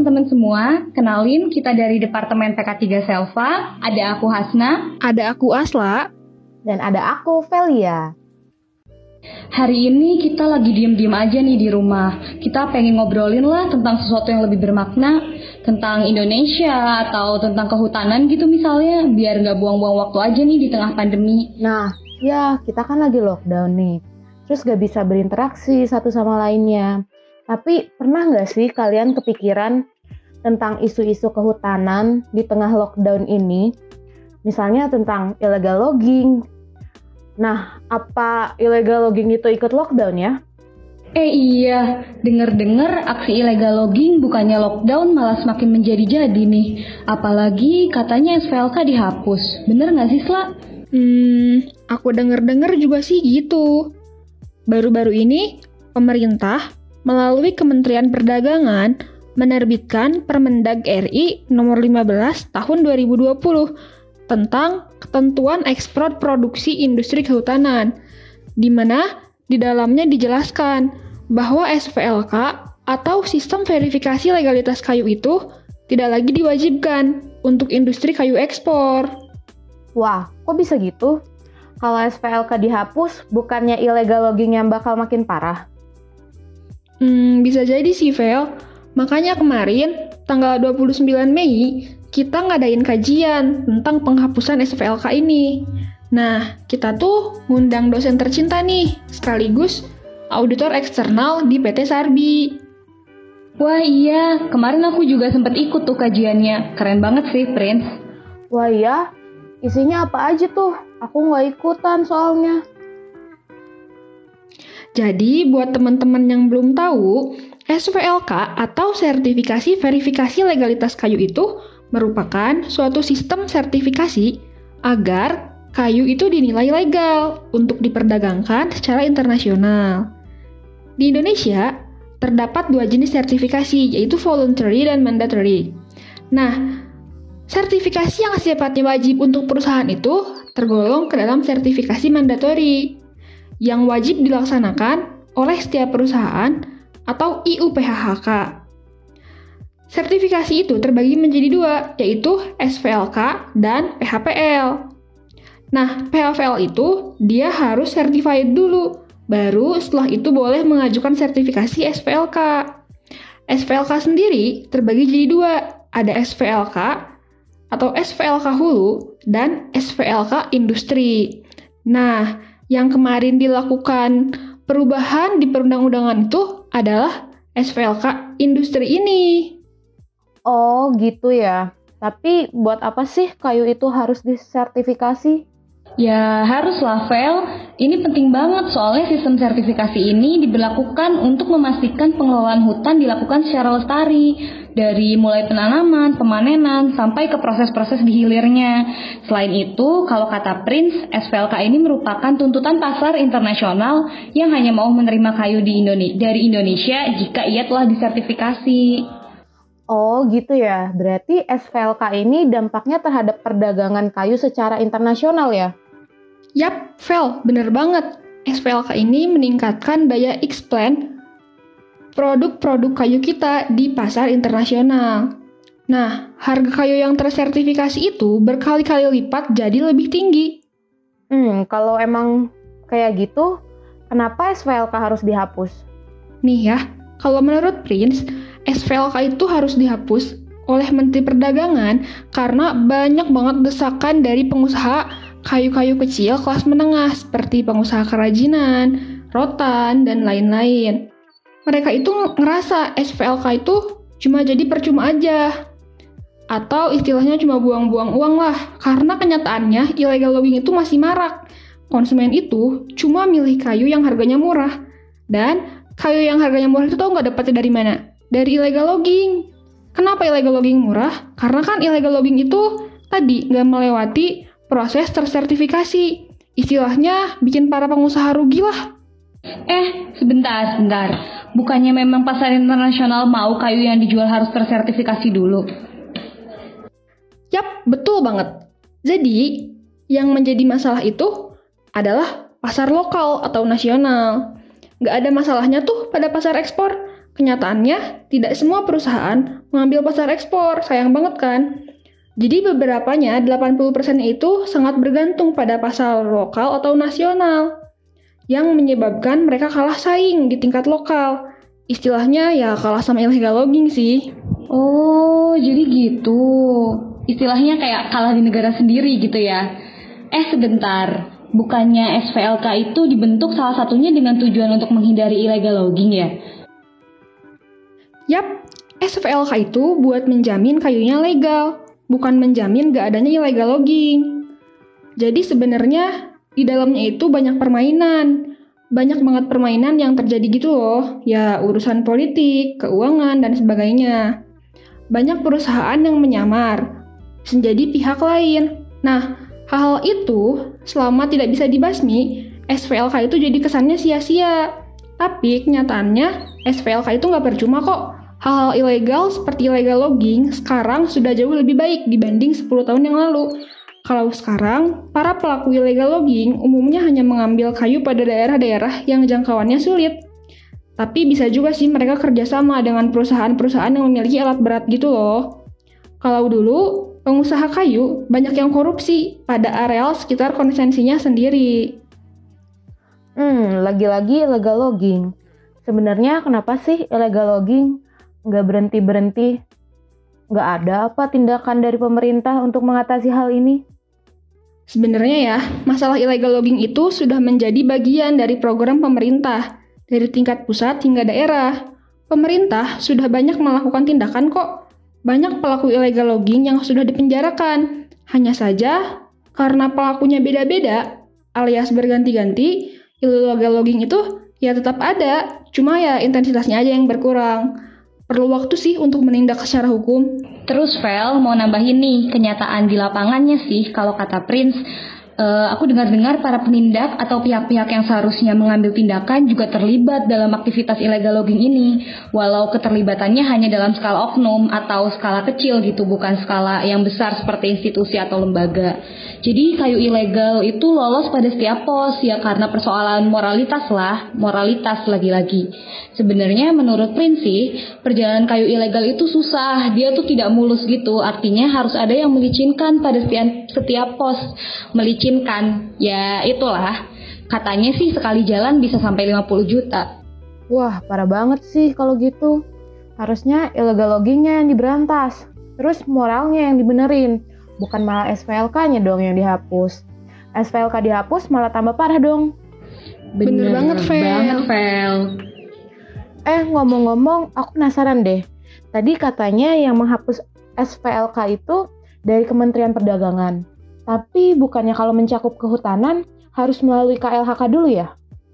teman-teman semua, kenalin kita dari Departemen PK3 Selva, ada aku Hasna, ada aku Asla, dan ada aku Velia. Hari ini kita lagi diem-diem aja nih di rumah. Kita pengen ngobrolin lah tentang sesuatu yang lebih bermakna, tentang Indonesia atau tentang kehutanan gitu misalnya, biar nggak buang-buang waktu aja nih di tengah pandemi. Nah, ya kita kan lagi lockdown nih, terus gak bisa berinteraksi satu sama lainnya. Tapi pernah nggak sih kalian kepikiran tentang isu-isu kehutanan di tengah lockdown ini? Misalnya tentang illegal logging. Nah, apa illegal logging itu ikut lockdown ya? Iya, denger-dengar aksi illegal logging bukannya lockdown malah semakin menjadi-jadi nih. Apalagi katanya SVLK dihapus. Bener nggak sih, Sla? Aku denger-dengar juga sih gitu. Baru-baru ini, pemerintah melalui Kementerian Perdagangan menerbitkan Permendag RI nomor 15 tahun 2020 tentang ketentuan ekspor produksi industri kehutanan, di mana di dalamnya dijelaskan bahwa SVLK atau sistem verifikasi legalitas kayu itu tidak lagi diwajibkan untuk industri kayu ekspor. Wah, kok bisa gitu? Kalau SVLK dihapus, bukannya illegal logging yang bakal makin parah? Bisa jadi sih, Vel. Makanya kemarin, tanggal 29 Mei, kita ngadain kajian tentang penghapusan SVLK ini. Nah, kita tuh ngundang dosen tercinta nih, sekaligus auditor eksternal di PT Sarbi. Wah iya, kemarin aku juga sempat ikut tuh kajiannya. Keren banget sih, Prince. Wah iya? Isinya apa aja tuh? Aku nggak ikutan soalnya. Jadi, buat teman-teman yang belum tahu, SVLK atau Sertifikasi Verifikasi Legalitas Kayu itu merupakan suatu sistem sertifikasi agar kayu itu dinilai legal untuk diperdagangkan secara internasional. Di Indonesia, terdapat dua jenis sertifikasi, yaitu voluntary dan mandatory. Nah, sertifikasi yang sifatnya wajib untuk perusahaan itu tergolong ke dalam sertifikasi mandatory, yang wajib dilaksanakan oleh setiap perusahaan atau IUPHHK. Sertifikasi itu terbagi menjadi dua, yaitu SVLK dan PHPL. Nah, PHPL itu dia harus certified dulu, baru setelah itu boleh mengajukan sertifikasi SVLK. SVLK sendiri terbagi jadi dua, ada SVLK atau SVLK hulu dan SVLK industri. Nah, yang kemarin dilakukan perubahan di perundang-undangan itu adalah SVLK industri ini. Oh gitu ya. Tapi buat apa sih kayu itu harus disertifikasi? Ya haruslah, Vel. Ini penting banget soalnya sistem sertifikasi ini diberlakukan untuk memastikan pengelolaan hutan dilakukan secara lestari, dari mulai penanaman, pemanenan, sampai ke proses-proses di hilirnya. Selain itu, kalau kata Prince, SVLK ini merupakan tuntutan pasar internasional yang hanya mau menerima kayu dari Indonesia jika ia telah disertifikasi. Oh gitu ya, berarti SVLK ini dampaknya terhadap perdagangan kayu secara internasional ya? Yap, Vel, bener banget. SVLK ini meningkatkan daya expand produk-produk kayu kita di pasar internasional. Nah, harga kayu yang tersertifikasi itu berkali-kali lipat jadi lebih tinggi. Kalau emang kayak gitu, kenapa SVLK harus dihapus? Nih ya, kalau menurut Prince, SVLK itu harus dihapus oleh Menteri Perdagangan karena banyak banget desakan dari pengusaha kayu-kayu kecil kelas menengah seperti pengusaha kerajinan, rotan, dan lain-lain. Mereka itu ngerasa SVLK itu cuma jadi percuma aja. Atau istilahnya cuma buang-buang uang lah, karena kenyataannya illegal logging itu masih marak. Konsumen itu cuma milih kayu yang harganya murah. Dan kayu yang harganya murah itu tau nggak dapetnya dari mana? Dari illegal logging. Kenapa illegal logging murah? Karena kan illegal logging itu tadi nggak melewati proses tersertifikasi. Istilahnya bikin para pengusaha rugi lah. Sebentar. Bukannya memang pasar internasional mau kayu yang dijual harus tersertifikasi dulu? Yap, betul banget. Jadi, yang menjadi masalah itu adalah pasar lokal atau nasional. Nggak ada masalahnya tuh pada pasar ekspor, kenyataannya tidak semua perusahaan mengambil pasar ekspor, sayang banget kan? Jadi beberapanya, 80% itu sangat bergantung pada pasar lokal atau nasional, yang menyebabkan mereka kalah saing di tingkat lokal. Istilahnya ya kalah sama illegal logging sih. Oh, jadi gitu. Istilahnya kayak kalah di negara sendiri gitu ya. Sebentar. Bukannya SVLK itu dibentuk salah satunya dengan tujuan untuk menghindari illegal logging ya? Yap, SVLK itu buat menjamin kayunya legal, bukan menjamin gak adanya illegal logging. Jadi sebenarnya di dalamnya itu banyak permainan. Banyak banget permainan yang terjadi gitu loh. Ya urusan politik, keuangan, dan sebagainya. Banyak perusahaan yang menyamar menjadi pihak lain. Nah, hal-hal itu selama tidak bisa dibasmi, SVLK itu jadi kesannya sia-sia. Tapi kenyataannya SVLK itu nggak percuma kok. Hal-hal ilegal seperti illegal logging sekarang sudah jauh lebih baik dibanding 10 tahun yang lalu. Kalau sekarang, para pelaku illegal logging umumnya hanya mengambil kayu pada daerah-daerah yang jangkauannya sulit. Tapi bisa juga sih mereka kerjasama dengan perusahaan-perusahaan yang memiliki alat berat gitu loh. Kalau dulu, pengusaha kayu banyak yang korupsi pada areal sekitar konsensinya sendiri. Lagi-lagi illegal logging. Sebenarnya kenapa sih illegal logging nggak berhenti-berhenti? Nggak ada apa tindakan dari pemerintah untuk mengatasi hal ini? Sebenarnya ya, masalah illegal logging itu sudah menjadi bagian dari program pemerintah, dari tingkat pusat hingga daerah. Pemerintah sudah banyak melakukan tindakan kok. Banyak pelaku illegal logging yang sudah dipenjarakan. Hanya saja, karena pelakunya beda-beda, alias berganti-ganti, illegal logging itu ya tetap ada, cuma ya intensitasnya aja yang berkurang. Perlu waktu sih untuk menindak secara hukum. Terus Vel, mau nambahin nih, kenyataan di lapangannya sih, kalau kata Prince, aku dengar-dengar para penindak atau pihak-pihak yang seharusnya mengambil tindakan juga terlibat dalam aktivitas illegal logging ini. Walau keterlibatannya hanya dalam skala oknum atau skala kecil gitu, bukan skala yang besar seperti institusi atau lembaga. Jadi kayu ilegal itu lolos pada setiap pos ya karena persoalan moralitas lah, moralitas lagi-lagi. Sebenarnya menurut Prince sih, perjalanan kayu ilegal itu susah, dia tuh tidak mulus gitu, artinya harus ada yang melicinkan pada setiap pos. Melicinkan, ya itulah, katanya sih sekali jalan bisa sampai 50 juta. Wah, parah banget sih kalau gitu. Harusnya illegal loggingnya yang diberantas, terus moralnya yang dibenerin, bukan malah SVLK-nya dong yang dihapus. SVLK dihapus malah tambah parah dong. Bener banget, Vel. Ngomong-ngomong, aku penasaran deh. Tadi katanya yang menghapus SVLK itu dari Kementerian Perdagangan. Tapi bukannya kalau mencakup kehutanan harus melalui KLHK dulu ya?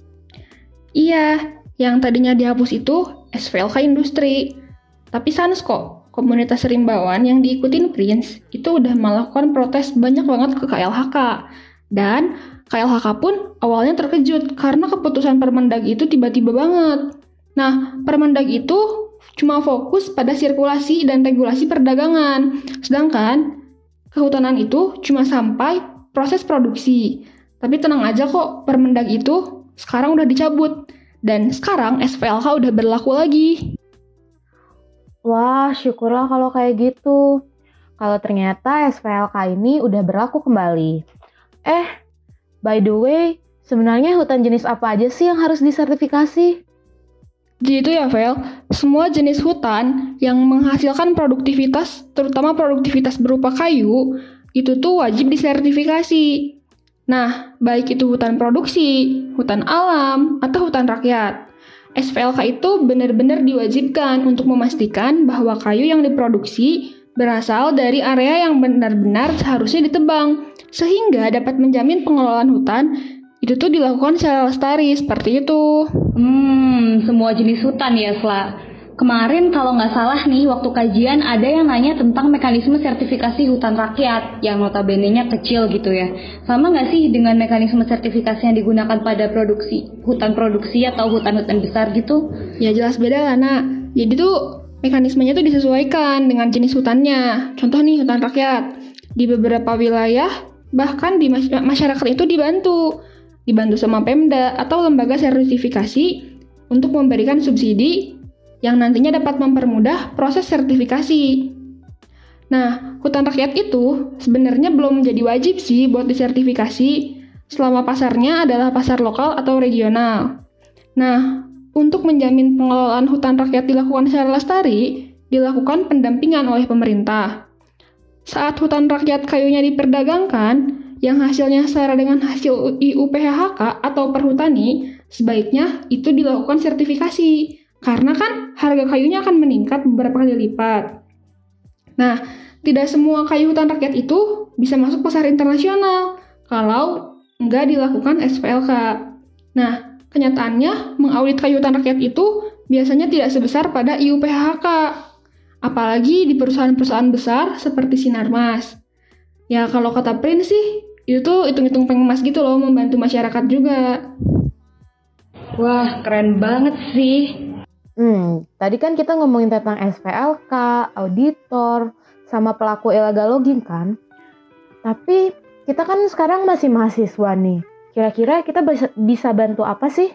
Iya, yang tadinya dihapus itu SVLK industri. Tapi sans kok, komunitas rimbawan yang diikutin Prince itu udah melakukan protes banyak banget ke KLHK. Dan KLHK pun awalnya terkejut karena keputusan Permendag itu tiba-tiba banget. Nah, Permendag itu cuma fokus pada sirkulasi dan regulasi perdagangan. Sedangkan kehutanan itu cuma sampai proses produksi. Tapi tenang aja kok, Permendag itu sekarang udah dicabut. Dan sekarang SVLK udah berlaku lagi. Wah, syukurlah kalau kayak gitu. Kalau ternyata SVLK ini udah berlaku kembali. By the way, sebenarnya hutan jenis apa aja sih yang harus disertifikasi? Jadi itu ya, Vel, semua jenis hutan yang menghasilkan produktivitas, terutama produktivitas berupa kayu, itu tuh wajib disertifikasi. Nah, baik itu hutan produksi, hutan alam, atau hutan rakyat. SVLK itu benar-benar diwajibkan untuk memastikan bahwa kayu yang diproduksi berasal dari area yang benar-benar seharusnya ditebang, sehingga dapat menjamin pengelolaan hutan itu tuh dilakukan secara lestari, seperti itu. Semua jenis hutan ya, Sla. Kemarin kalau nggak salah nih, waktu kajian ada yang nanya tentang mekanisme sertifikasi hutan rakyat, yang notabene-nya kecil gitu ya. Sama nggak sih dengan mekanisme sertifikasi yang digunakan pada hutan produksi atau hutan-hutan besar gitu? Ya jelas beda lah, Nak. Jadi tuh mekanismenya tuh disesuaikan dengan jenis hutannya. Contoh nih, hutan rakyat. Di beberapa wilayah, bahkan di masyarakat itu dibantu sama Pemda atau lembaga sertifikasi untuk memberikan subsidi yang nantinya dapat mempermudah proses sertifikasi. Nah, hutan rakyat itu sebenarnya belum menjadi wajib sih buat disertifikasi selama pasarnya adalah pasar lokal atau regional. Nah, untuk menjamin pengelolaan hutan rakyat dilakukan secara lestari, dilakukan pendampingan oleh pemerintah. Saat hutan rakyat kayunya diperdagangkan, yang hasilnya setara dengan hasil IUPHK atau perhutani, sebaiknya itu dilakukan sertifikasi, karena kan harga kayunya akan meningkat beberapa kali lipat. Nah, tidak semua kayu hutan rakyat itu bisa masuk pasar internasional kalau nggak dilakukan SPLK. Nah, kenyataannya mengaudit kayu hutan rakyat itu biasanya tidak sebesar pada IUPHK, apalagi di perusahaan-perusahaan besar seperti Sinarmas. Ya, kalau kata Prince sih, itu tuh hitung-hitung pengemas gitu loh, membantu masyarakat juga. Wah, keren banget sih. Tadi kan kita ngomongin tentang SPLK, auditor, sama pelaku illegal logging kan? Tapi kita kan sekarang masih mahasiswa nih. Kira-kira kita bisa bantu apa sih?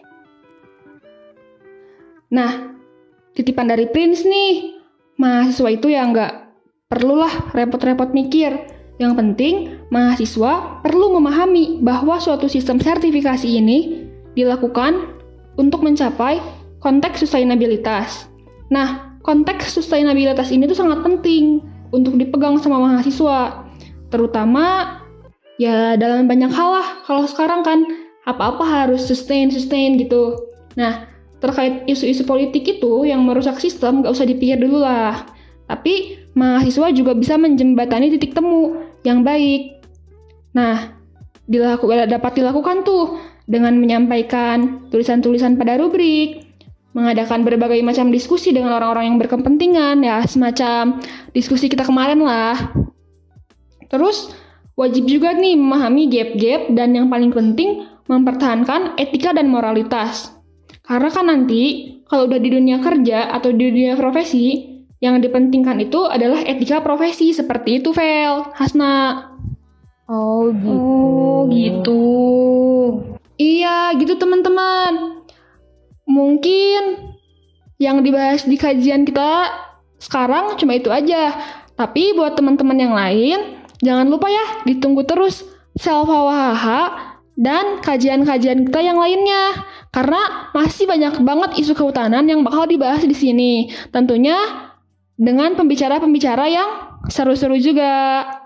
Nah, titipan dari Prince nih, mahasiswa itu ya nggak perlulah repot-repot mikir. Yang penting, mahasiswa perlu memahami bahwa suatu sistem sertifikasi ini dilakukan untuk mencapai konteks sustainabilitas. Nah, konteks sustainabilitas ini tuh sangat penting untuk dipegang sama mahasiswa. Terutama ya dalam banyak hal lah. Kalau sekarang kan apa-apa harus sustain gitu. Nah, terkait isu-isu politik itu yang merusak sistem nggak usah dipikir dulu lah. Tapi mahasiswa juga bisa menjembatani titik temu yang baik. Nah, dapat dilakukan tuh dengan menyampaikan tulisan-tulisan pada rubrik, mengadakan berbagai macam diskusi dengan orang-orang yang berkepentingan, ya semacam diskusi kita kemarin lah. Terus, wajib juga nih memahami gap-gap dan yang paling penting, mempertahankan etika dan moralitas. Karena kan nanti, kalau udah di dunia kerja atau di dunia profesi, yang dipentingkan itu adalah etika profesi, seperti itu, Vel, Hasna. Oh gitu. Oh gitu. Iya, gitu teman-teman. Mungkin yang dibahas di kajian kita sekarang cuma itu aja. Tapi buat teman-teman yang lain, jangan lupa ya ditunggu terus Self-HWH dan kajian-kajian kita yang lainnya. Karena masih banyak banget isu kehutanan yang bakal dibahas di sini. Tentunya dengan pembicara-pembicara yang seru-seru juga.